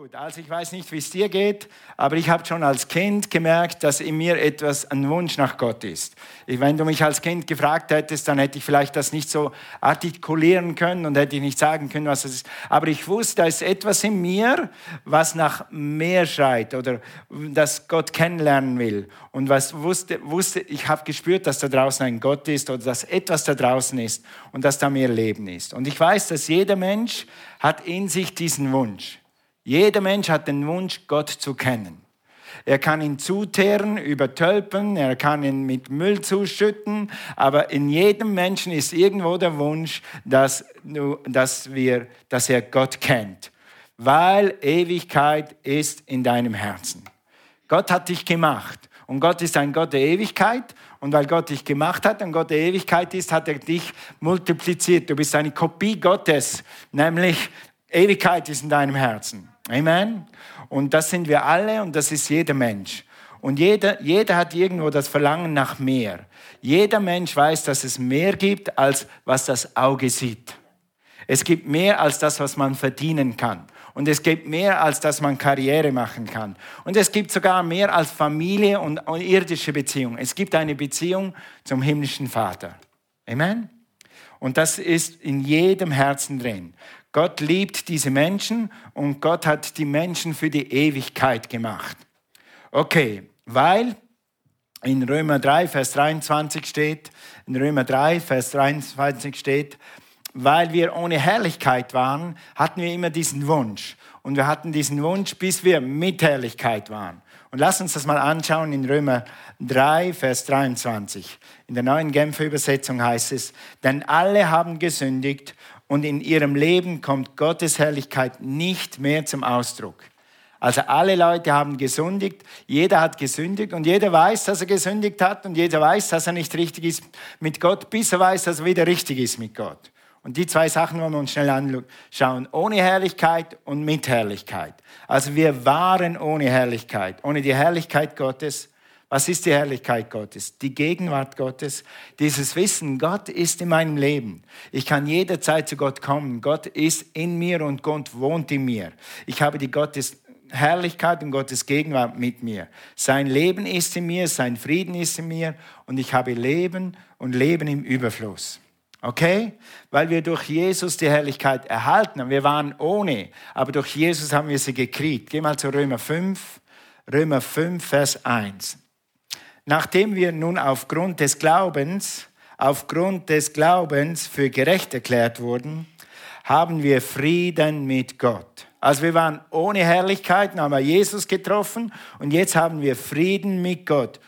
Gut, also ich weiß nicht, wie es dir geht, aber ich habe schon als Kind gemerkt, dass in mir ein Wunsch nach Gott ist. Wenn du mich als Kind gefragt hättest, dann hätte ich vielleicht das nicht so artikulieren können und hätte ich nicht sagen können, was es ist. Aber ich wusste, da ist etwas in mir, was nach mehr schreit oder das Gott kennenlernen will. Und wusste, ich habe gespürt, dass da draußen ein Gott ist oder dass etwas da draußen ist und dass da mehr Leben ist. Und ich weiß, dass jeder Mensch hat in sich diesen Wunsch. Jeder Mensch hat den Wunsch, Gott zu kennen. Er kann ihn zuteeren, übertölpen, er kann ihn mit Müll zuschütten, aber in jedem Menschen ist irgendwo der Wunsch, dass er Gott kennt. Weil Ewigkeit ist in deinem Herzen. Gott hat dich gemacht und Gott ist ein Gott der Ewigkeit. Und weil Gott dich gemacht hat und Gott der Ewigkeit ist, hat er dich multipliziert. Du bist eine Kopie Gottes, nämlich Ewigkeit ist in deinem Herzen. Amen. Und das sind wir alle und das ist jeder Mensch. Und jeder hat irgendwo das Verlangen nach mehr. Jeder Mensch weiß, dass es mehr gibt, als was das Auge sieht. Es gibt mehr als das, was man verdienen kann. Und es gibt mehr, als dass man Karriere machen kann. Und es gibt sogar mehr als Familie und irdische Beziehung. Es gibt eine Beziehung zum himmlischen Vater. Amen. Und das ist in jedem Herzen drin. Gott liebt diese Menschen und Gott hat die Menschen für die Ewigkeit gemacht. Okay, weil in Römer 3, Vers 23 steht, weil wir ohne Herrlichkeit waren, hatten wir immer diesen Wunsch. Und wir hatten diesen Wunsch, bis wir mit Herrlichkeit waren. Und lass uns das mal anschauen in Römer 3, Vers 23. In der neuen Genfer Übersetzung heißt es, denn alle haben gesündigt und in ihrem Leben kommt Gottes Herrlichkeit nicht mehr zum Ausdruck. Also alle Leute haben gesündigt, jeder hat gesündigt und jeder weiß, dass er gesündigt hat und jeder weiß, dass er nicht richtig ist mit Gott, bis er weiß, dass er wieder richtig ist mit Gott. Und die zwei Sachen wollen wir uns schnell anschauen. Ohne Herrlichkeit und mit Herrlichkeit. Also wir waren ohne Herrlichkeit, ohne die Herrlichkeit Gottes. Was ist die Herrlichkeit Gottes? Die Gegenwart Gottes, dieses Wissen, Gott ist in meinem Leben. Ich kann jederzeit zu Gott kommen. Gott ist in mir und Gott wohnt in mir. Ich habe die Gottes Herrlichkeit und Gottes Gegenwart mit mir. Sein Leben ist in mir, sein Frieden ist in mir und ich habe Leben und Leben im Überfluss. Okay? Weil wir durch Jesus die Herrlichkeit erhalten haben. Wir waren ohne, aber durch Jesus haben wir sie gekriegt. Geh mal zu Römer 5, Vers 1. Nachdem wir nun aufgrund des Glaubens für gerecht erklärt wurden, haben wir Frieden mit Gott. Also wir waren ohne Herrlichkeit, dann haben wir Jesus getroffen und jetzt haben wir Frieden mit Gott.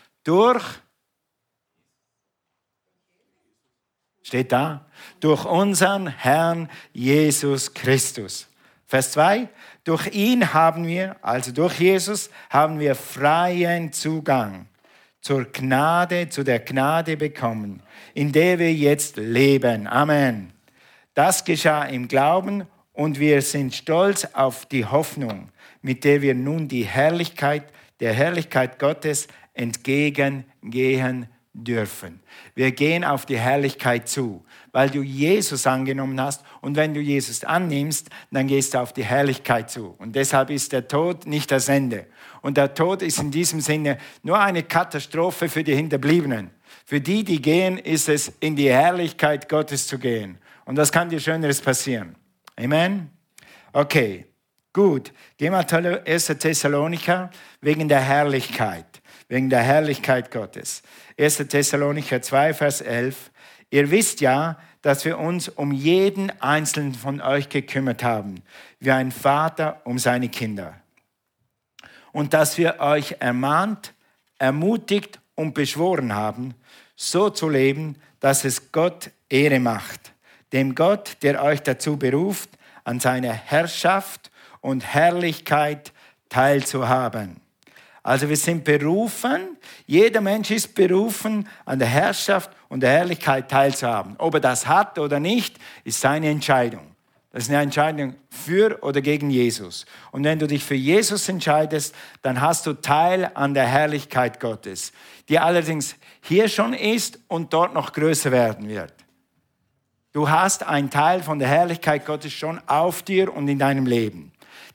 Steht da, durch unseren Herrn Jesus Christus. Vers 2, durch ihn haben wir, also durch Jesus, haben wir freien Zugang zur Gnade, zu der Gnade bekommen, in der wir jetzt leben. Amen. Das geschah im Glauben und wir sind stolz auf die Hoffnung, mit der wir nun der Herrlichkeit Gottes entgegengehen dürfen. Wir gehen auf die Herrlichkeit zu, weil du Jesus angenommen hast und wenn du Jesus annimmst, dann gehst du auf die Herrlichkeit zu. Und deshalb ist der Tod nicht das Ende. Und der Tod ist in diesem Sinne nur eine Katastrophe für die Hinterbliebenen. Für die gehen, ist es, in die Herrlichkeit Gottes zu gehen. Und was kann dir Schöneres passieren? Amen? Okay, gut. Geh mal zu 1. Thessalonicher wegen der Herrlichkeit Gottes. 1. Thessalonicher 2, Vers 11. Ihr wisst ja, dass wir uns um jeden einzelnen von euch gekümmert haben, wie ein Vater um seine Kinder. Und dass wir euch ermahnt, ermutigt und beschworen haben, so zu leben, dass es Gott Ehre macht. Dem Gott, der euch dazu beruft, an seiner Herrschaft und Herrlichkeit teilzuhaben. Also wir sind berufen, jeder Mensch ist berufen, an der Herrschaft und der Herrlichkeit teilzuhaben. Ob er das hat oder nicht, ist seine Entscheidung. Das ist eine Entscheidung für oder gegen Jesus. Und wenn du dich für Jesus entscheidest, dann hast du Teil an der Herrlichkeit Gottes, die allerdings hier schon ist und dort noch größer werden wird. Du hast einen Teil von der Herrlichkeit Gottes schon auf dir und in deinem Leben.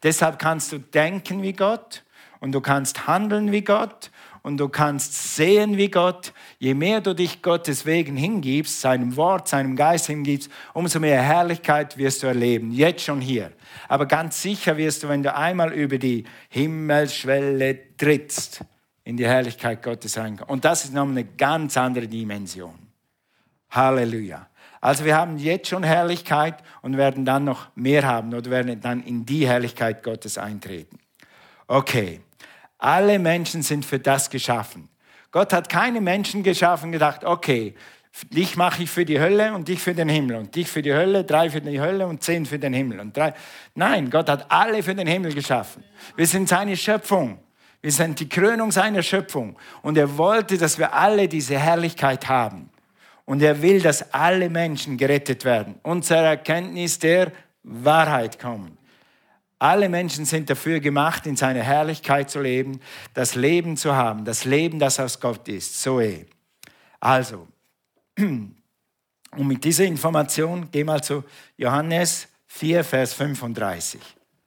Deshalb kannst du denken wie Gott und du kannst handeln wie Gott und du kannst sehen wie Gott. Je mehr du dich Gottes Wegen hingibst, seinem Wort, seinem Geist hingibst, umso mehr Herrlichkeit wirst du erleben, jetzt schon hier. Aber ganz sicher wirst du, wenn du einmal über die Himmelsschwelle trittst, in die Herrlichkeit Gottes reinkommen. Und das ist nochmal eine ganz andere Dimension. Halleluja. Also wir haben jetzt schon Herrlichkeit und werden dann noch mehr haben oder werden dann in die Herrlichkeit Gottes eintreten. Okay, alle Menschen sind für das geschaffen. Gott hat keine Menschen geschaffen und gedacht, okay, dich mache ich für die Hölle und dich für den Himmel und dich für die Hölle, 3 für die Hölle und 10 für den Himmel. Und 3. Nein, Gott hat alle für den Himmel geschaffen. Wir sind seine Schöpfung. Wir sind die Krönung seiner Schöpfung. Und er wollte, dass wir alle diese Herrlichkeit haben. Und er will, dass alle Menschen gerettet werden und zur Erkenntnis der Wahrheit kommen. Alle Menschen sind dafür gemacht, in seiner Herrlichkeit zu leben, das Leben zu haben, das Leben, das aus Gott ist. Zoe. Also, und mit dieser Information gehen wir zu Johannes 4, Vers 35.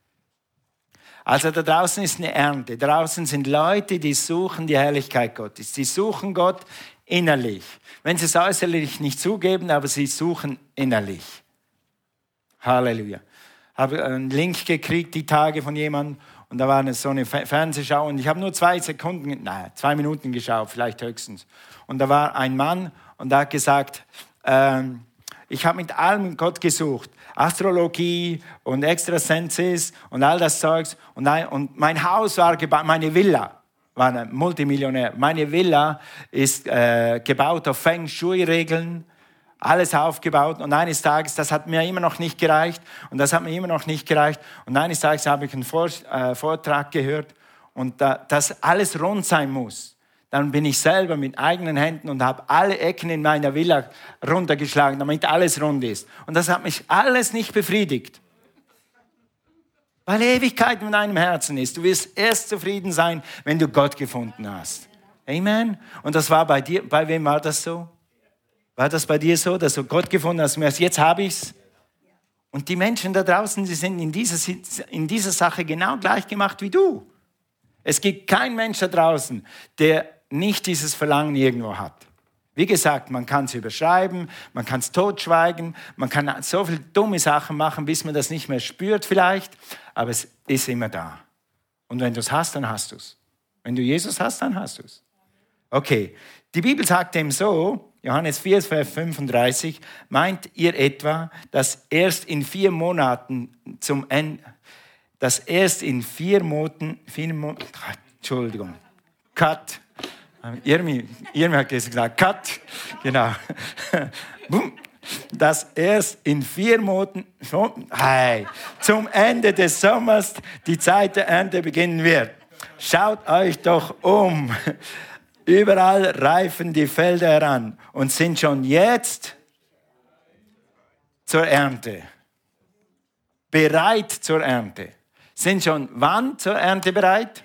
Also da draußen ist eine Ernte. Draußen sind Leute, die suchen die Herrlichkeit Gottes. Sie suchen Gott innerlich. Wenn sie es äußerlich nicht zugeben, aber sie suchen innerlich. Halleluja. Ich habe einen Link gekriegt, die Tage von jemandem, und da war so eine Fernsehschau, und ich habe nur 2 Minuten geschaut, vielleicht höchstens. Und da war ein Mann, und der hat gesagt, ich habe mit allem Gott gesucht. Astrologie und Extrasenses und all das Zeugs. Und mein Haus war gebaut, meine Villa, war ein Multimillionär. Meine Villa ist gebaut auf Feng Shui-Regeln, alles aufgebaut. Und eines Tages, das hat mir immer noch nicht gereicht. Und das hat mir immer noch nicht gereicht. Und eines Tages habe ich einen Vortrag gehört, und dass alles rund sein muss. Dann bin ich selber mit eigenen Händen und habe alle Ecken in meiner Villa runtergeschlagen, damit alles rund ist. Und das hat mich alles nicht befriedigt. Weil Ewigkeit in deinem Herzen ist. Du wirst erst zufrieden sein, wenn du Gott gefunden hast. Amen. Und das war bei dir. Bei wem war das so? War das bei dir so, dass du Gott gefunden hast? Jetzt habe ich es. Und die Menschen da draußen, die sind in dieser Sache genau gleich gemacht wie du. Es gibt keinen Mensch da draußen, der nicht dieses Verlangen irgendwo hat. Wie gesagt, man kann es überschreiben, man kann es totschweigen, man kann so viele dumme Sachen machen, bis man das nicht mehr spürt vielleicht, aber es ist immer da. Und wenn du es hast, dann hast du es. Wenn du Jesus hast, dann hast du es. Okay, die Bibel sagt dem so, Johannes 4, Vers 35, meint ihr etwa, dass erst in 4 Monaten zum Ende, Entschuldigung, Cut. Irmi hat gesagt, Cut, genau. Dass erst in 4 Monaten zum Ende des Sommers die Zeit der Ernte beginnen wird. Schaut euch doch um. Überall reifen die Felder heran und sind schon jetzt zur Ernte. Bereit zur Ernte. Sind schon wann zur Ernte bereit?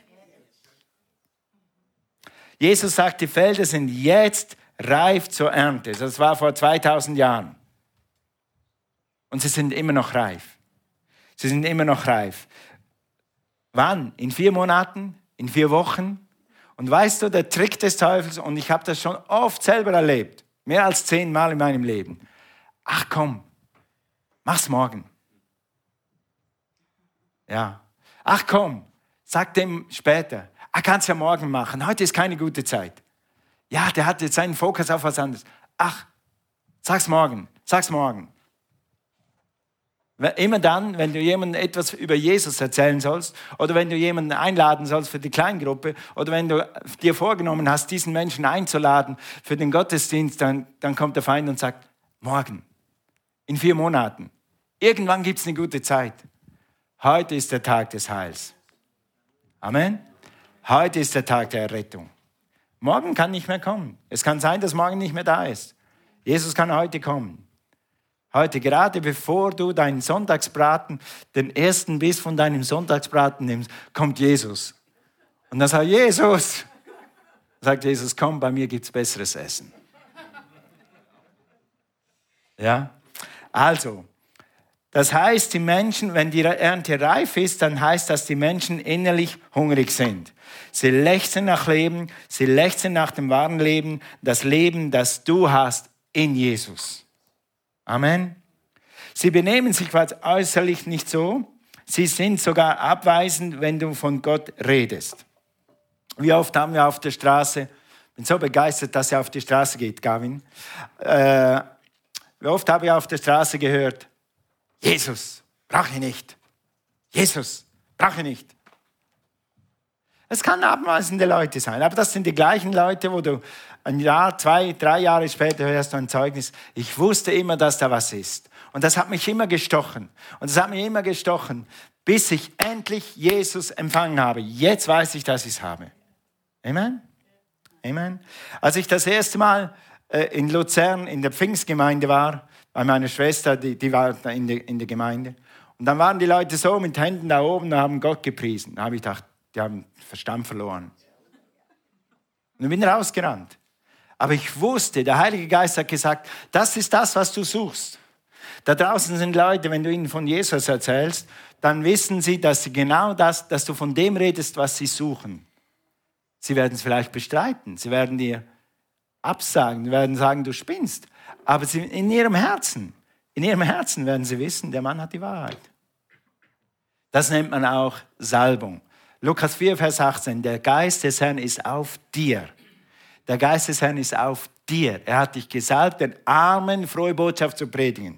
Jesus sagt, die Felder sind jetzt reif zur Ernte. Das war vor 2000 Jahren. Und sie sind immer noch reif. Sie sind immer noch reif. Wann? In 4 Monaten? In 4 Wochen? Und weißt du, der Trick des Teufels, und ich habe das schon oft selber erlebt, mehr als 10 Mal in meinem Leben. Ach komm, mach's morgen. Ja. Ach komm, sag dem später. Kannst ja morgen machen. Heute ist keine gute Zeit. Ja, der hat jetzt seinen Fokus auf was anderes. Ach, sag's morgen. Sag's morgen. Immer dann, wenn du jemandem etwas über Jesus erzählen sollst oder wenn du jemanden einladen sollst für die Kleingruppe oder wenn du dir vorgenommen hast, diesen Menschen einzuladen für den Gottesdienst, dann kommt der Feind und sagt, morgen, in 4 Monaten. Irgendwann gibt es eine gute Zeit. Heute ist der Tag des Heils. Amen. Heute ist der Tag der Errettung. Morgen kann nicht mehr kommen. Es kann sein, dass morgen nicht mehr da ist. Jesus kann heute kommen. Heute, gerade bevor du deinen Sonntagsbraten, den ersten Biss von deinem Sonntagsbraten nimmst, kommt Jesus. Und dann sagt Jesus, komm, bei mir gibt es besseres Essen. Ja, also, Das heißt, die Menschen, wenn die Ernte reif ist, dann heißt das, die Menschen innerlich hungrig sind. Sie lechzen nach Leben, sie lechzen nach dem wahren Leben, das Leben, das du hast in Jesus. Amen. Sie benehmen sich äußerlich nicht so, sie sind sogar abweisend, wenn du von Gott redest. Wie oft haben wir auf der Straße, ich bin so begeistert, dass er auf die Straße geht, Gavin. Wie oft habe ich auf der Straße gehört, Jesus, brauche ich nicht. Jesus, brauche ich nicht. Es kann abweisende Leute sein, aber das sind die gleichen Leute, wo du ein Jahr, 2, 3 Jahre später hörst du ein Zeugnis. Ich wusste immer, dass da was ist. Und das hat mich immer gestochen. Und das hat mich immer gestochen, bis ich endlich Jesus empfangen habe. Jetzt weiß ich, dass ich es habe. Amen? Amen. Als ich das erste Mal in Luzern in der Pfingstgemeinde war, bei meiner Schwester, die war in der Gemeinde. Und dann waren die Leute so mit Händen da oben und haben Gott gepriesen. Da habe ich gedacht, die haben Verstand verloren. Und ich bin rausgerannt. Aber ich wusste, der Heilige Geist hat gesagt, das ist das, was du suchst. Da draußen sind Leute, wenn du ihnen von Jesus erzählst, dann wissen sie, dass sie genau das, dass du von dem redest, was sie suchen. Sie werden es vielleicht bestreiten, sie werden dir absagen, sie werden sagen, du spinnst. Aber in ihrem Herzen werden sie wissen, der Mann hat die Wahrheit. Das nennt man auch Salbung. Lukas 4, Vers 18, der Geist des Herrn ist auf dir. Der Geist des Herrn ist auf dir. Er hat dich gesalbt, den Armen frohe Botschaft zu predigen.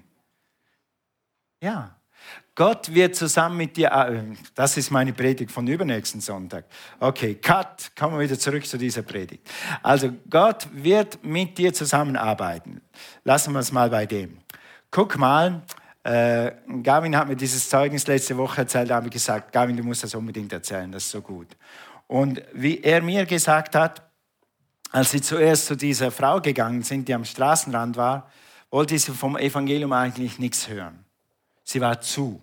Ja, Gott wird zusammen mit dir, das ist meine Predigt von übernächsten Sonntag. Okay, cut, kommen wir wieder zurück zu dieser Predigt. Also Gott wird mit dir zusammenarbeiten. Lassen wir es mal bei dem. Guck mal, Gavin hat mir dieses Zeugnis letzte Woche erzählt, da habe ich gesagt, Gavin, du musst das unbedingt erzählen, das ist so gut. Und wie er mir gesagt hat, als sie zuerst zu dieser Frau gegangen sind, die am Straßenrand war, wollte sie vom Evangelium eigentlich nichts hören. Sie war zu.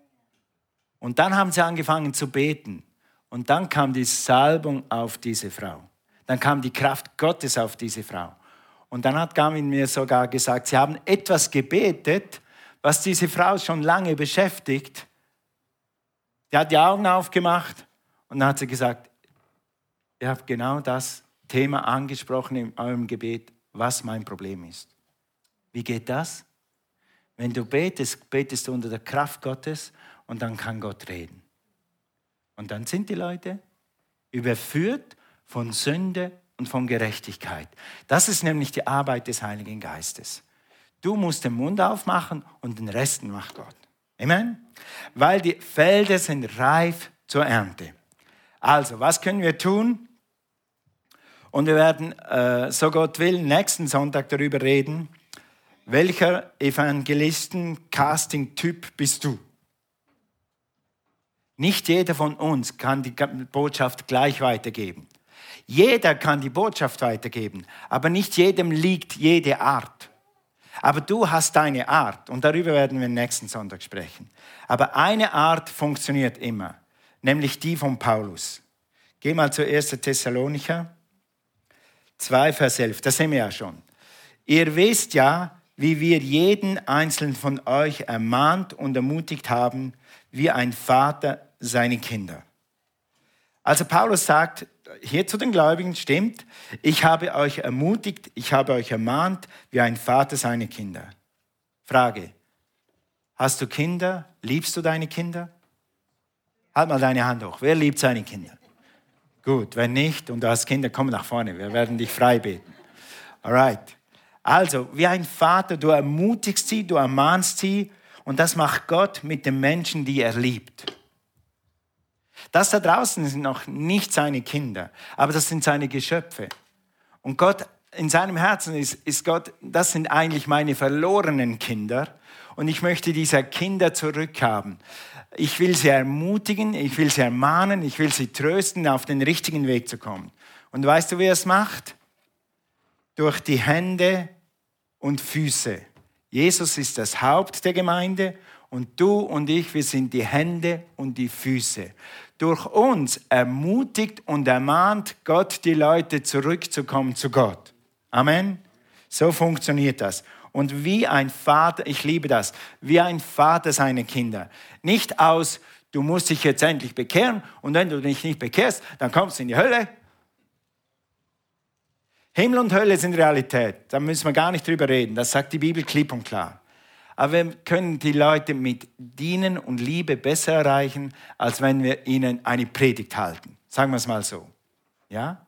Und dann haben sie angefangen zu beten. Und dann kam die Salbung auf diese Frau. Dann kam die Kraft Gottes auf diese Frau. Und dann hat Gavin mir sogar gesagt, sie haben etwas gebetet, was diese Frau schon lange beschäftigt. Die hat die Augen aufgemacht und dann hat sie gesagt, ihr habt genau das Thema angesprochen in eurem Gebet, was mein Problem ist. Wie geht das? Wenn du betest, betest du unter der Kraft Gottes und dann kann Gott reden. Und dann sind die Leute überführt von Sünde und von Gerechtigkeit. Das ist nämlich die Arbeit des Heiligen Geistes. Du musst den Mund aufmachen und den Rest macht Gott. Amen? Weil die Felder sind reif zur Ernte. Also, was können wir tun? Und wir werden, so Gott will, nächsten Sonntag darüber reden, welcher Evangelisten-Casting-Typ bist du? Nicht jeder von uns kann die Botschaft gleich weitergeben. Jeder kann die Botschaft weitergeben, aber nicht jedem liegt jede Art. Aber du hast deine Art und darüber werden wir nächsten Sonntag sprechen. Aber eine Art funktioniert immer, nämlich die von Paulus. Geh mal zu 1. Thessalonicher 2, Vers 11, das sehen wir ja schon. Ihr wisst ja, wie wir jeden einzelnen von euch ermahnt und ermutigt haben, wie ein Vater seine Kinder. Also Paulus sagt, hier zu den Gläubigen stimmt, ich habe euch ermutigt, ich habe euch ermahnt, wie ein Vater seine Kinder. Frage, hast du Kinder? Liebst du deine Kinder? Halt mal deine Hand hoch. Wer liebt seine Kinder? Gut, wenn nicht und du hast Kinder, komm nach vorne, wir werden dich frei beten. Alright. Also, wie ein Vater, du ermutigst sie, du ermahnst sie und das macht Gott mit den Menschen, die er liebt. Das da draußen sind noch nicht seine Kinder, aber das sind seine Geschöpfe. Und Gott, in seinem Herzen ist Gott, das sind eigentlich meine verlorenen Kinder und ich möchte diese Kinder zurückhaben. Ich will sie ermutigen, ich will sie ermahnen, ich will sie trösten, auf den richtigen Weg zu kommen. Und weißt du, wie er es macht? Durch die Hände und Füße. Jesus ist das Haupt der Gemeinde und du und ich, wir sind die Hände und die Füße. Durch uns ermutigt und ermahnt Gott die Leute zurückzukommen zu Gott. Amen. So funktioniert das. Und wie ein Vater, ich liebe das, wie ein Vater seine Kinder. Nicht aus, du musst dich jetzt endlich bekehren und wenn du dich nicht bekehrst, dann kommst du in die Hölle. Himmel und Hölle sind Realität, da müssen wir gar nicht drüber reden, das sagt die Bibel klipp und klar. Aber wir können die Leute mit Dienen und Liebe besser erreichen, als wenn wir ihnen eine Predigt halten. Sagen wir es mal so. Ja?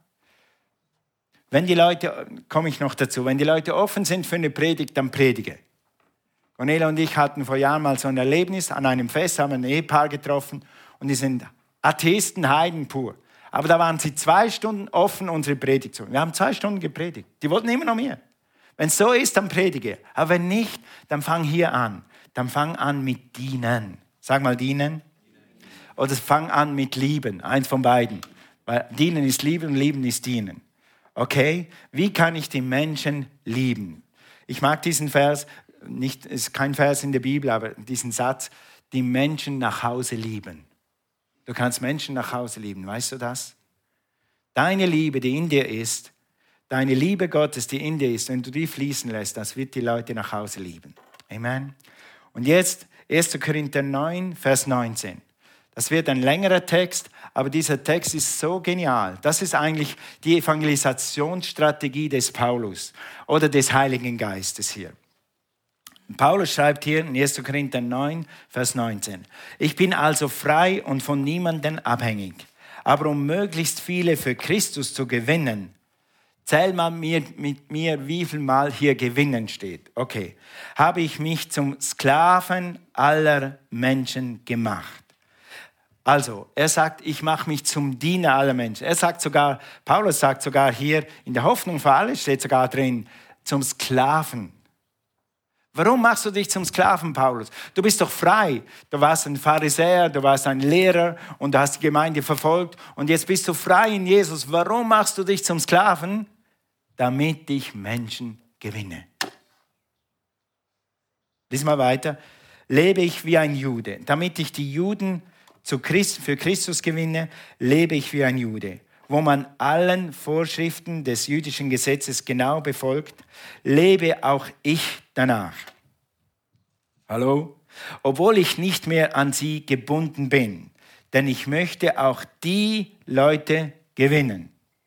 Wenn die Leute, komme ich noch dazu, wenn die Leute offen sind für eine Predigt, dann predige. Cornelia und ich hatten vor Jahren mal so ein Erlebnis an einem Fest, haben ein Ehepaar getroffen und die sind Atheisten, Heiden pur. Aber da waren sie 2 Stunden offen, unsere Predigt zu hören. Wir haben 2 Stunden gepredigt. Die wollten immer noch mehr. Wenn es so ist, dann predige. Aber wenn nicht, dann fang hier an. Dann fang an mit dienen. Sag mal dienen. Oder fang an mit lieben. Eins von beiden. Weil dienen ist lieben und lieben ist dienen. Okay? Wie kann ich die Menschen lieben? Ich mag diesen Vers, nicht, es ist kein Vers in der Bibel, aber diesen Satz, die Menschen nach Hause lieben. Du kannst Menschen nach Hause lieben, weißt du das? Deine Liebe, die in dir ist, deine Liebe Gottes, die in dir ist, wenn du die fließen lässt, das wird die Leute nach Hause lieben. Amen. Und jetzt 1. Korinther 9, Vers 19. Das wird ein längerer Text, aber dieser Text ist so genial. Das ist eigentlich die Evangelisationsstrategie des Paulus oder des Heiligen Geistes hier. Paulus schreibt hier in 1. Korinther 9, Vers 19. Ich bin also frei und von niemandem abhängig. Aber um möglichst viele für Christus zu gewinnen, zähl mal mit mir, wie viel Mal hier gewinnen steht. Okay. Habe ich mich zum Sklaven aller Menschen gemacht. Also, er sagt, ich mache mich zum Diener aller Menschen. Paulus sagt sogar hier, in der Hoffnung für alle steht sogar drin, zum Sklaven. Warum machst du dich zum Sklaven, Paulus? Du bist doch frei. Du warst ein Pharisäer, du warst ein Lehrer und du hast die Gemeinde verfolgt und jetzt bist du frei in Jesus. Warum machst du dich zum Sklaven? Damit ich Menschen gewinne. Lies mal weiter. Lebe ich wie ein Jude. Damit ich die Juden für Christus gewinne, lebe ich wie ein Jude. Wo man allen Vorschriften des jüdischen Gesetzes genau befolgt, lebe auch ich danach. Hallo? Obwohl ich nicht mehr an sie gebunden bin, denn ich möchte auch die Leute gewinnen,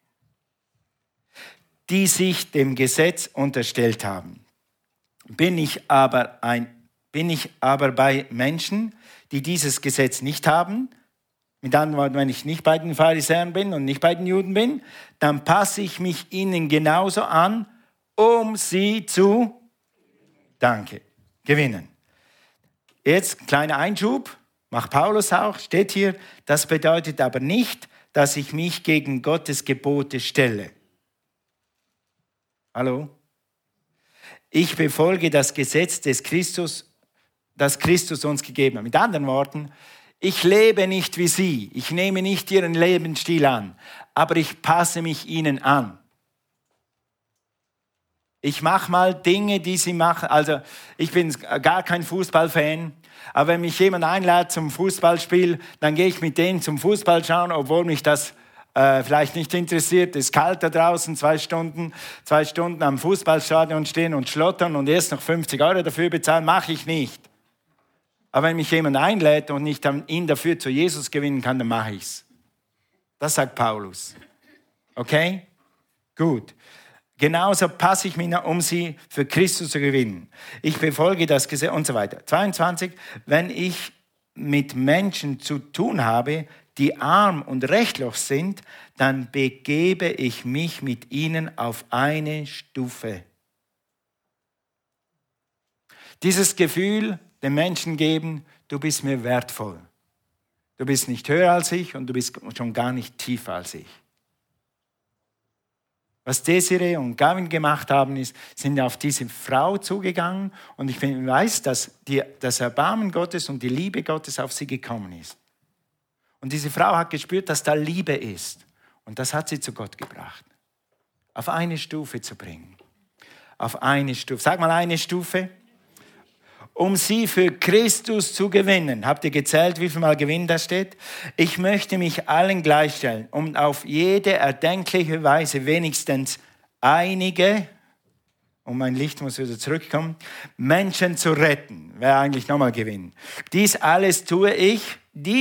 die sich dem Gesetz unterstellt haben. Bin ich aber bei Menschen, die dieses Gesetz nicht haben, mit anderen Worten, wenn ich nicht bei den Pharisäern bin und nicht bei den Juden bin, dann passe ich mich ihnen genauso an, um sie zu gewinnen. Jetzt kleiner Einschub, macht Paulus auch, steht hier, das bedeutet aber nicht, dass ich mich gegen Gottes Gebote stelle. Hallo? Ich befolge das Gesetz des Christus, das Christus uns gegeben hat. Mit anderen Worten, ich lebe nicht wie sie, ich nehme nicht ihren Lebensstil an, aber ich passe mich ihnen an. Ich mache mal Dinge, die sie machen. Also ich bin gar kein Fußballfan, aber wenn mich jemand einlädt zum Fußballspiel, dann gehe ich mit denen zum Fußball schauen, obwohl mich das vielleicht nicht interessiert. Es ist kalt da draußen, 2 Stunden am Fußballstadion stehen und schlottern und erst noch 50 € dafür bezahlen, mache ich nicht. Aber wenn mich jemand einlädt und ich dann ihn dafür zu Jesus gewinnen kann, dann mache ich es. Das sagt Paulus. Okay? Gut. Genauso passe ich mich, um sie für Christus zu gewinnen. Ich befolge das Gesetz und so weiter. 22. Wenn ich mit Menschen zu tun habe, die arm und rechtlos sind, dann begebe ich mich mit ihnen auf eine Stufe. Dieses Gefühl, den Menschen geben, du bist mir wertvoll. Du bist nicht höher als ich und du bist schon gar nicht tiefer als ich. Was Desiree und Gavin gemacht haben, ist, sind auf diese Frau zugegangen und ich weiß, dass das Erbarmen Gottes und die Liebe Gottes auf sie gekommen ist. Und diese Frau hat gespürt, dass da Liebe ist. Und das hat sie zu Gott gebracht. Auf eine Stufe zu bringen. Auf eine Stufe. Sag mal eine Stufe. Um sie für Christus zu gewinnen. Habt ihr gezählt, wie viel Mal Gewinn da steht? Ich möchte mich allen gleichstellen, um auf jede erdenkliche Weise wenigstens einige und mein Licht muss wieder zurückkommen, Menschen zu retten. Wer eigentlich nochmal gewinnen. Dies alles tue ich,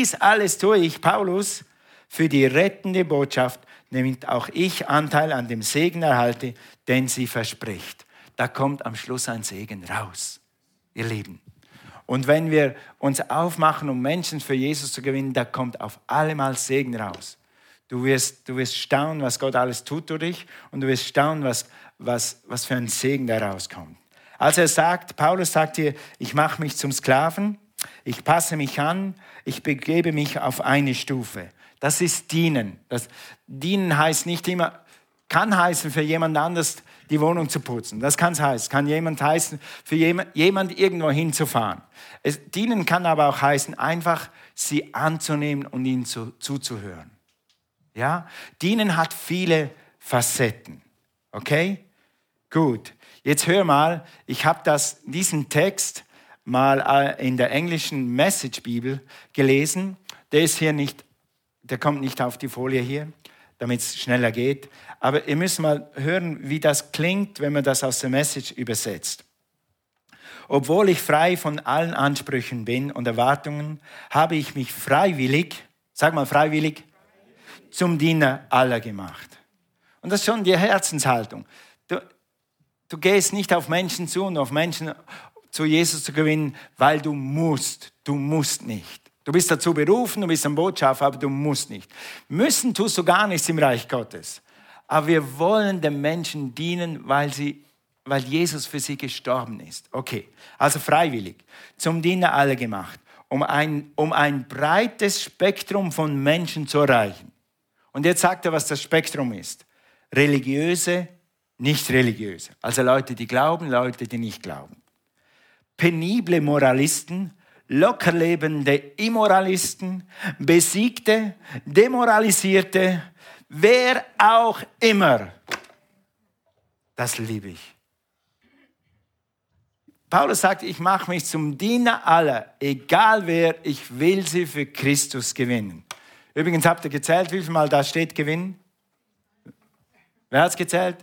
Paulus, für die rettende Botschaft, nämlich auch ich Anteil an dem Segen erhalte, den sie verspricht. Da kommt am Schluss ein Segen raus, ihr Lieben. Und wenn wir uns aufmachen, um Menschen für Jesus zu gewinnen, da kommt auf allemal Segen raus. Du wirst staunen, was Gott alles tut durch dich, und du wirst staunen, was für ein Segen da rauskommt. Also Paulus sagt hier, ich mache mich zum Sklaven, ich passe mich an, ich begebe mich auf eine Stufe. Das ist Dienen. Dienen heißt nicht immer, kann heißen für jemand anderes die Wohnung zu putzen. Das kann es heißen. Kann jemand heißen, für jemand irgendwo hinzufahren. Dienen kann aber auch heißen, einfach sie anzunehmen und ihnen zuzuhören. Ja? Dienen hat viele Facetten. Okay? Gut. Jetzt hör mal, ich habe diesen Text mal in der englischen Message-Bibel gelesen. Der kommt nicht auf die Folie hier, damit es schneller geht. Aber ihr müsst mal hören, wie das klingt, wenn man das aus der Message übersetzt. Obwohl ich frei von allen Ansprüchen bin und Erwartungen, habe ich mich freiwillig, sag mal freiwillig, zum Diener aller gemacht. Und das ist schon die Herzenshaltung. Du gehst nicht auf Menschen zu und auf Menschen zu Jesus zu gewinnen, weil du musst. Du musst nicht. Du bist dazu berufen, du bist ein Botschafter, aber du musst nicht. Müssen tust du gar nichts im Reich Gottes. Aber wir wollen den Menschen dienen, weil Jesus für sie gestorben ist. Okay, also freiwillig. Zum Diener alle gemacht. Um ein breites Spektrum von Menschen zu erreichen. Und jetzt sagt er, was das Spektrum ist. Religiöse, nicht religiöse. Also Leute, die glauben, Leute, die nicht glauben. Penible Moralisten, locker lebende Immoralisten, Besiegte, Demoralisierte, wer auch immer. Das liebe ich. Paulus sagt, ich mache mich zum Diener aller, egal wer, ich will sie für Christus gewinnen. Übrigens habt ihr gezählt, wie viel Mal da steht gewinnen? Wer hat es gezählt?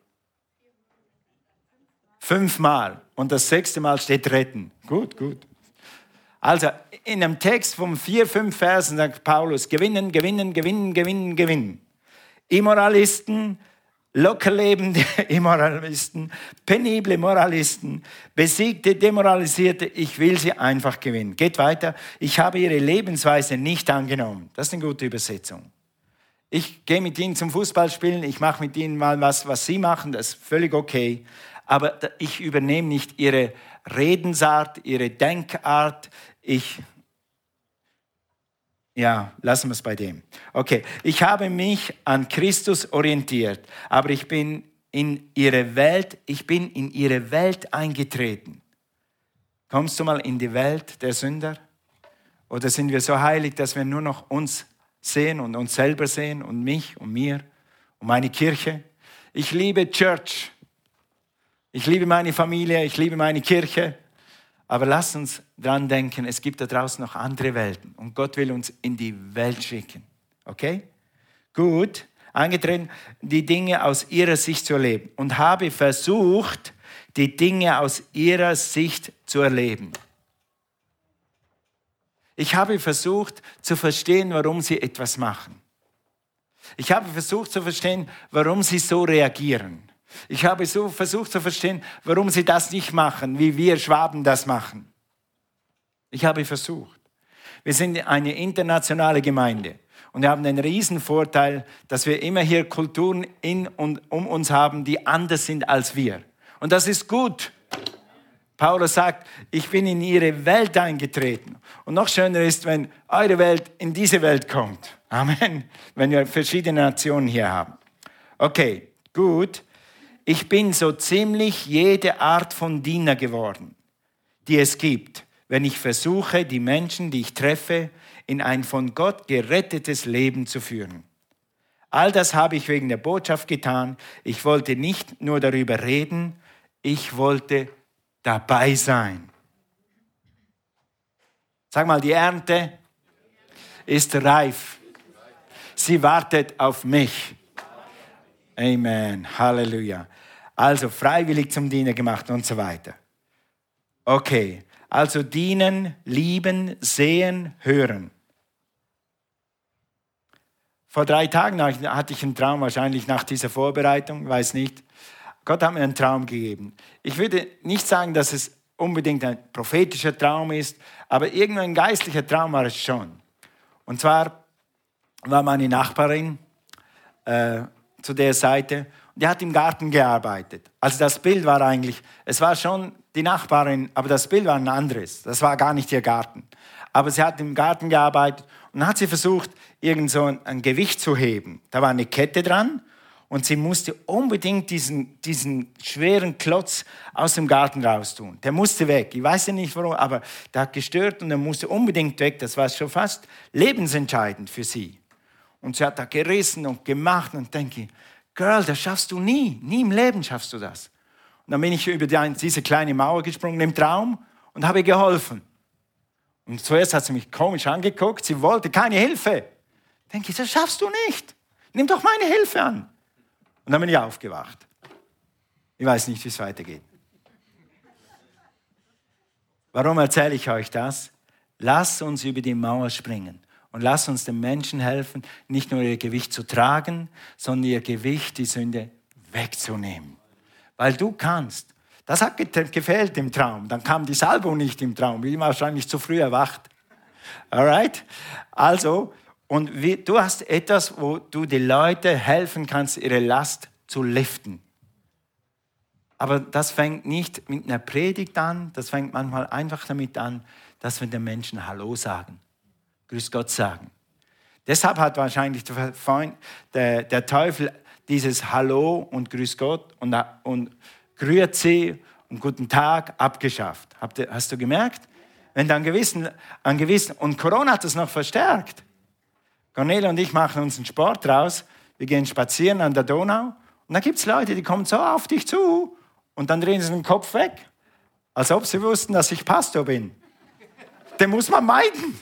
5 Mal. Und das 6. Mal steht retten. Gut. Also in einem Text von 4, 5 Versen sagt Paulus, gewinnen. Immoralisten, lockerlebende Immoralisten, penible Moralisten, besiegte, demoralisierte, ich will sie einfach gewinnen. Geht weiter. Ich habe ihre Lebensweise nicht angenommen. Das ist eine gute Übersetzung. Ich gehe mit ihnen zum Fußballspielen, ich mache mit ihnen mal was sie machen, das ist völlig okay. Aber ich übernehme nicht ihre Redensart, ihre Denkart. Lassen wir es bei dem. Okay, ich habe mich an Christus orientiert, aber ich bin in ihre Welt eingetreten. Kommst du mal in die Welt der Sünder? Oder sind wir so heilig, dass wir nur noch uns sehen und uns selber sehen und mich und mir und meine Kirche? Ich liebe Church. Ich liebe meine Familie, ich liebe meine Kirche. Aber lasst uns dran denken, es gibt da draußen noch andere Welten. Und Gott will uns in die Welt schicken. Okay? Gut. Eingetreten, die Dinge aus ihrer Sicht zu erleben. Und habe versucht, die Dinge aus ihrer Sicht zu erleben. Ich habe versucht zu verstehen, warum sie etwas machen. Ich habe versucht zu verstehen, warum sie so reagieren. Ich habe so versucht zu verstehen, warum sie das nicht machen, wie wir Schwaben das machen. Ich habe versucht. Wir sind eine internationale Gemeinde und wir haben den riesen Vorteil, dass wir immer hier Kulturen in und um uns haben, die anders sind als wir. Und das ist gut. Paulus sagt, ich bin in ihre Welt eingetreten. Und noch schöner ist, wenn eure Welt in diese Welt kommt. Amen. Wenn wir verschiedene Nationen hier haben. Okay, gut. Ich bin so ziemlich jede Art von Diener geworden, die es gibt, wenn ich versuche, die Menschen, die ich treffe, in ein von Gott gerettetes Leben zu führen. All das habe ich wegen der Botschaft getan. Ich wollte nicht nur darüber reden, ich wollte dabei sein. Sag mal, die Ernte ist reif. Sie wartet auf mich. Amen. Halleluja. Also freiwillig zum Diener gemacht und so weiter. Okay, also dienen, lieben, sehen, hören. Vor 3 Tagen hatte ich einen Traum, wahrscheinlich nach dieser Vorbereitung, weiß nicht. Gott hat mir einen Traum gegeben. Ich würde nicht sagen, dass es unbedingt ein prophetischer Traum ist, aber irgendein geistlicher Traum war es schon. Und zwar war meine Nachbarin zu der Seite und die hat im Garten gearbeitet. Also das Bild war eigentlich, es war schon die Nachbarin, aber das Bild war ein anderes. Das war gar nicht ihr Garten. Aber sie hat im Garten gearbeitet und dann hat sie versucht, irgend so ein Gewicht zu heben. Da war eine Kette dran und sie musste unbedingt diesen schweren Klotz aus dem Garten raustun. Der musste weg. Ich weiß ja nicht warum, aber der hat gestört und er musste unbedingt weg. Das war schon fast lebensentscheidend für sie. Und sie hat da gerissen und gemacht und denke, Girl, das schaffst du nie. Nie im Leben schaffst du das. Und dann bin ich über diese kleine Mauer gesprungen im Traum und habe ihr geholfen. Und zuerst hat sie mich komisch angeguckt, sie wollte keine Hilfe. Denke ich, das schaffst du nicht. Nimm doch meine Hilfe an. Und dann bin ich aufgewacht. Ich weiß nicht, wie es weitergeht. Warum erzähle ich euch das? Lasst uns über die Mauer springen. Und lasst uns den Menschen helfen, nicht nur ihr Gewicht zu tragen, sondern ihr Gewicht, die Sünde, wegzunehmen. Weil du kannst. Das hat gefehlt im Traum. Dann kam die Salbung nicht im Traum. Ich bin wahrscheinlich zu früh erwacht. Alright? Also, und du hast etwas, wo du den Leuten helfen kannst, ihre Last zu liften. Aber das fängt nicht mit einer Predigt an. Das fängt manchmal einfach damit an, dass wir den Menschen Hallo sagen. Grüß Gott sagen. Deshalb hat wahrscheinlich der Teufel dieses Hallo und Grüß Gott und Grüezi und Guten Tag abgeschafft. Hast du gemerkt? Wenn dann und Corona hat das noch verstärkt. Cornelia und ich machen uns einen Sport draus. Wir gehen spazieren an der Donau und da gibt es Leute, die kommen so auf dich zu und dann drehen sie den Kopf weg, als ob sie wussten, dass ich Pastor bin. Den muss man meiden.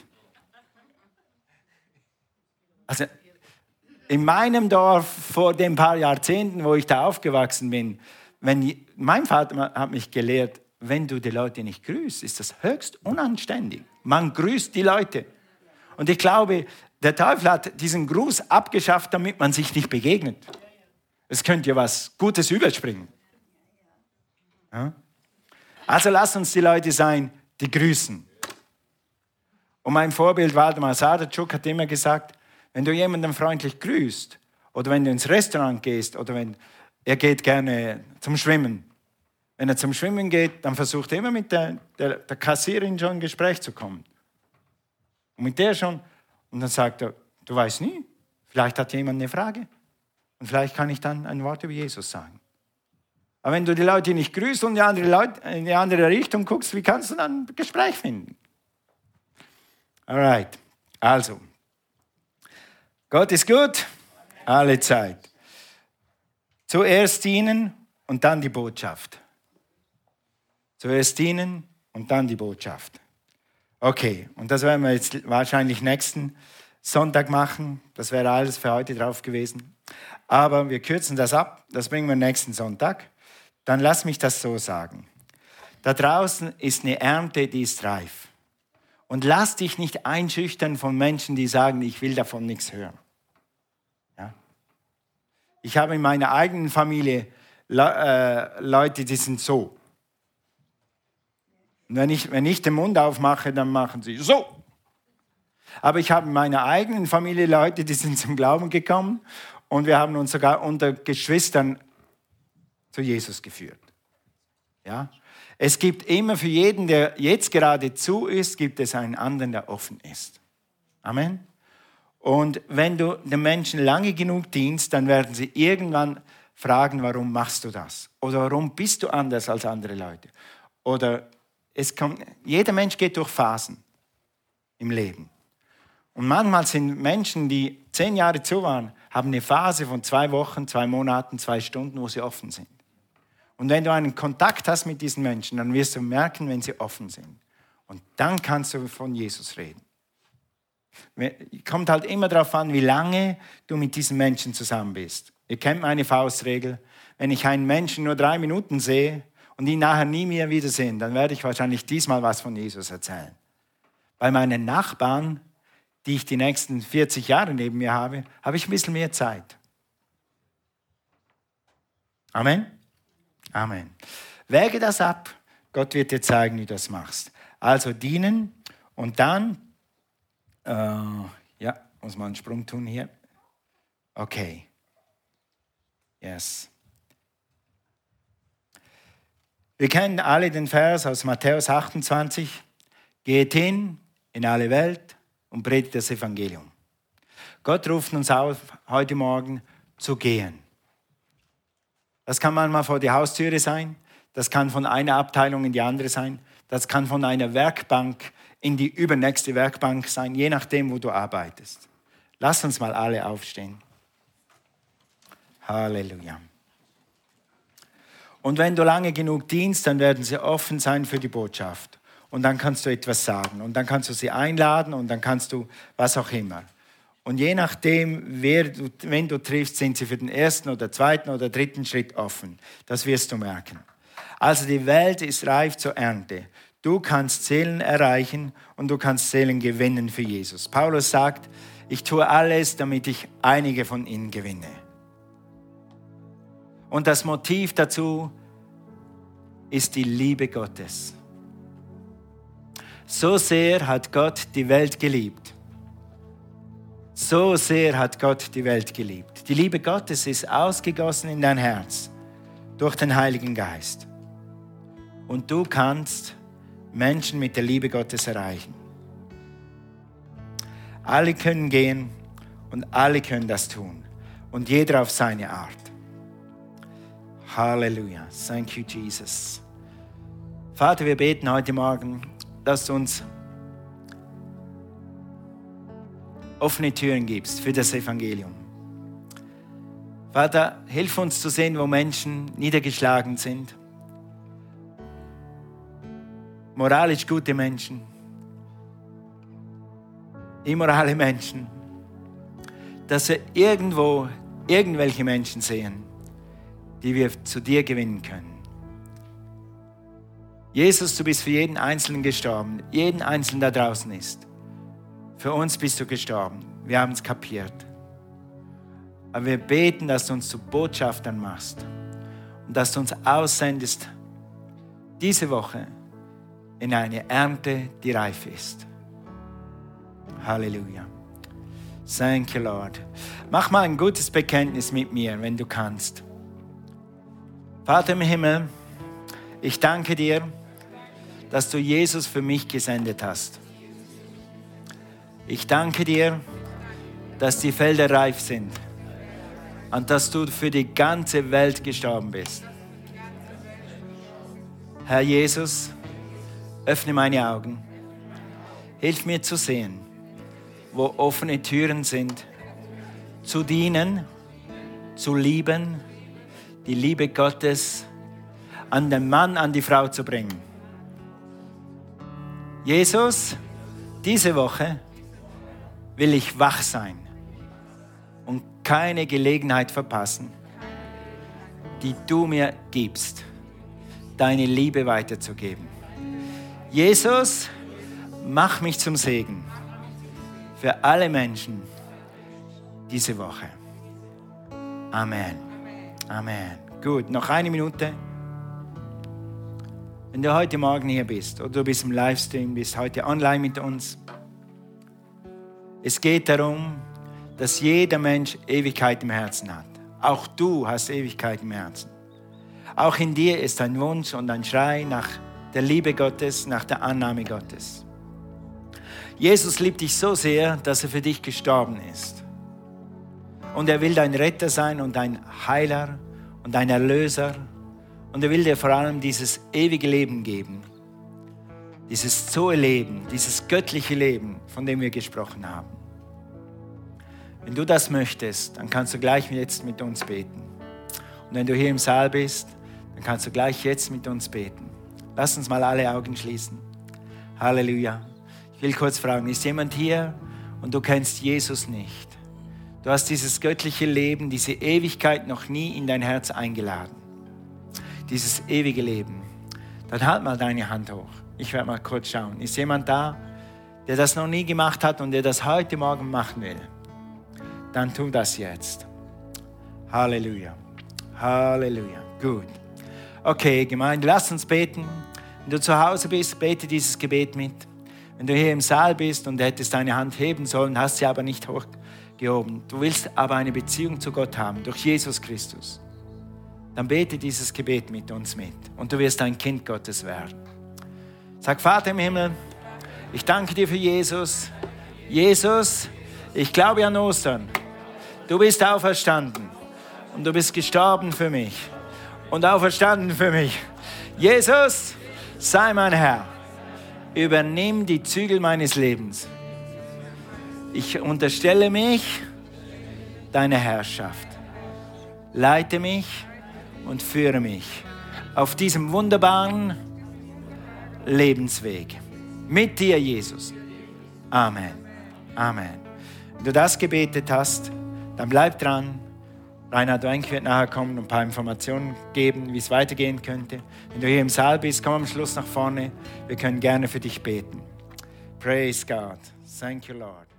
Also in meinem Dorf vor den paar Jahrzehnten, wo ich da aufgewachsen bin, mein Vater hat mich gelehrt, wenn du die Leute nicht grüßt, ist das höchst unanständig. Man grüßt die Leute. Und ich glaube, der Teufel hat diesen Gruß abgeschafft, damit man sich nicht begegnet. Es könnte ja was Gutes überspringen. Ja? Also lasst uns die Leute sein, die grüßen. Und mein Vorbild Waldemar Saderczuk hat immer gesagt, wenn du jemanden freundlich grüßt oder wenn du ins Restaurant gehst oder wenn er geht gerne zum Schwimmen. Wenn er zum Schwimmen geht, dann versucht er immer mit der Kassiererin schon ein Gespräch zu kommen. Und mit der schon. Und dann sagt er, du weißt nie, vielleicht hat jemand eine Frage. Und vielleicht kann ich dann ein Wort über Jesus sagen. Aber wenn du die Leute nicht grüßt und in die andere Richtung guckst, wie kannst du dann ein Gespräch finden? Alright, also. Gott ist gut, alle Zeit. Zuerst dienen und dann die Botschaft. Zuerst dienen und dann die Botschaft. Okay, und das werden wir jetzt wahrscheinlich nächsten Sonntag machen. Das wäre alles für heute drauf gewesen. Aber wir kürzen das ab, das bringen wir nächsten Sonntag. Dann lass mich das so sagen. Da draußen ist eine Ernte, die ist reif. Und lass dich nicht einschüchtern von Menschen, die sagen, ich will davon nichts hören. Ja? Ich habe in meiner eigenen Familie Leute, die sind so. Und wenn ich den Mund aufmache, dann machen sie so. Aber ich habe in meiner eigenen Familie Leute, die sind zum Glauben gekommen und wir haben uns sogar unter Geschwistern zu Jesus geführt. Ja? Es gibt immer für jeden, der jetzt gerade zu ist, gibt es einen anderen, der offen ist. Amen. Und wenn du den Menschen lange genug dienst, dann werden sie irgendwann fragen, warum machst du das? Oder warum bist du anders als andere Leute? Oder jeder Mensch geht durch Phasen im Leben. Und manchmal sind Menschen, die 10 Jahre zu waren, haben eine Phase von 2 Wochen, 2 Monaten, 2 Stunden, wo sie offen sind. Und wenn du einen Kontakt hast mit diesen Menschen, dann wirst du merken, wenn sie offen sind. Und dann kannst du von Jesus reden. Kommt halt immer darauf an, wie lange du mit diesen Menschen zusammen bist. Ihr kennt meine Faustregel. wenn ich einen Menschen nur 3 Minuten sehe und ihn nachher nie mehr wiedersehen, dann werde ich wahrscheinlich diesmal was von Jesus erzählen. Bei meinen Nachbarn, die ich die nächsten 40 Jahre neben mir habe, habe ich ein bisschen mehr Zeit. Amen? Amen. Wäge das ab. Gott wird dir zeigen, wie du das machst. Also dienen und dann, muss man einen Sprung tun hier. Okay. Yes. Wir kennen alle den Vers aus Matthäus 28. Geht hin in alle Welt und predigt das Evangelium. Gott ruft uns auf, heute Morgen zu gehen. Das kann manchmal vor die Haustüre sein. Das kann von einer Abteilung in die andere sein. Das kann von einer Werkbank in die übernächste Werkbank sein, je nachdem, wo du arbeitest. Lass uns mal alle aufstehen. Halleluja. Und wenn du lange genug dienst, dann werden sie offen sein für die Botschaft. Und dann kannst du etwas sagen. Und dann kannst du sie einladen und dann kannst du was auch immer. Und je nachdem, wen du triffst, sind sie für den ersten oder zweiten oder dritten Schritt offen. Das wirst du merken. Also die Welt ist reif zur Ernte. Du kannst Seelen erreichen und du kannst Seelen gewinnen für Jesus. Paulus sagt, ich tue alles, damit ich einige von ihnen gewinne. Und das Motiv dazu ist die Liebe Gottes. So sehr hat Gott die Welt geliebt. So sehr hat Gott die Welt geliebt. Die Liebe Gottes ist ausgegossen in dein Herz durch den Heiligen Geist. Und du kannst Menschen mit der Liebe Gottes erreichen. Alle können gehen und alle können das tun. Und jeder auf seine Art. Halleluja. Thank you, Jesus. Vater, wir beten heute Morgen, dass du uns offene Türen gibst für das Evangelium. Vater, hilf uns zu sehen, wo Menschen niedergeschlagen sind. Moralisch gute Menschen. Immorale Menschen. Dass wir irgendwo irgendwelche Menschen sehen, die wir zu dir gewinnen können. Jesus, du bist für jeden Einzelnen gestorben. Jeden Einzelnen da draußen ist. Für uns bist du gestorben. Wir haben es kapiert. Aber wir beten, dass du uns zu Botschaftern machst. Und dass du uns aussendest, diese Woche in eine Ernte, die reif ist. Halleluja. Thank you, Lord. Mach mal ein gutes Bekenntnis mit mir, wenn du kannst. Vater im Himmel, ich danke dir, dass du Jesus für mich gesendet hast. Ich danke dir, dass die Felder reif sind und dass du für die ganze Welt gestorben bist. Herr Jesus, öffne meine Augen. Hilf mir zu sehen, wo offene Türen sind, zu dienen, zu lieben, die Liebe Gottes an den Mann, an die Frau zu bringen. Jesus, diese Woche will ich wach sein und keine Gelegenheit verpassen, die du mir gibst, deine Liebe weiterzugeben. Jesus, mach mich zum Segen für alle Menschen diese Woche. Amen. Amen. Gut, noch eine Minute. Wenn du heute Morgen hier bist oder du bist im Livestream, bist heute online mit uns. Es geht darum, dass jeder Mensch Ewigkeit im Herzen hat. Auch du hast Ewigkeit im Herzen. Auch in dir ist ein Wunsch und ein Schrei nach der Liebe Gottes, nach der Annahme Gottes. Jesus liebt dich so sehr, dass er für dich gestorben ist. Und er will dein Retter sein und dein Heiler und dein Erlöser. Und er will dir vor allem dieses ewige Leben geben. Dieses Zoe-Leben, dieses göttliche Leben, von dem wir gesprochen haben. Wenn du das möchtest, dann kannst du gleich jetzt mit uns beten. Und wenn du hier im Saal bist, dann kannst du gleich jetzt mit uns beten. Lass uns mal alle Augen schließen. Halleluja. Ich will kurz fragen, ist jemand hier und du kennst Jesus nicht? Du hast dieses göttliche Leben, diese Ewigkeit noch nie in dein Herz eingeladen. Dieses ewige Leben. Dann halt mal deine Hand hoch. Ich werde mal kurz schauen. Ist jemand da, der das noch nie gemacht hat und der das heute Morgen machen will? Dann tu das jetzt. Halleluja. Halleluja. Gut. Okay, Gemeinde, lass uns beten. Wenn du zu Hause bist, bete dieses Gebet mit. Wenn du hier im Saal bist und hättest deine Hand heben sollen, hast sie aber nicht hochgehoben. Du willst aber eine Beziehung zu Gott haben, durch Jesus Christus. Dann bete dieses Gebet mit uns mit. Und du wirst ein Kind Gottes werden. Sag, Vater im Himmel, ich danke dir für Jesus. Jesus, ich glaube an Ostern. Du bist auferstanden. Und du bist gestorben für mich. Und auferstanden für mich. Jesus, sei mein Herr. Übernimm die Zügel meines Lebens. Ich unterstelle mich deiner Herrschaft. Leite mich und führe mich auf diesem wunderbaren Lebensweg. Mit dir, Jesus. Amen. Amen. Wenn du das gebetet hast, dann bleib dran. Reinhard Wenk wird nachher kommen und ein paar Informationen geben, wie es weitergehen könnte. Wenn du hier im Saal bist, komm am Schluss nach vorne. Wir können gerne für dich beten. Praise God. Thank you, Lord.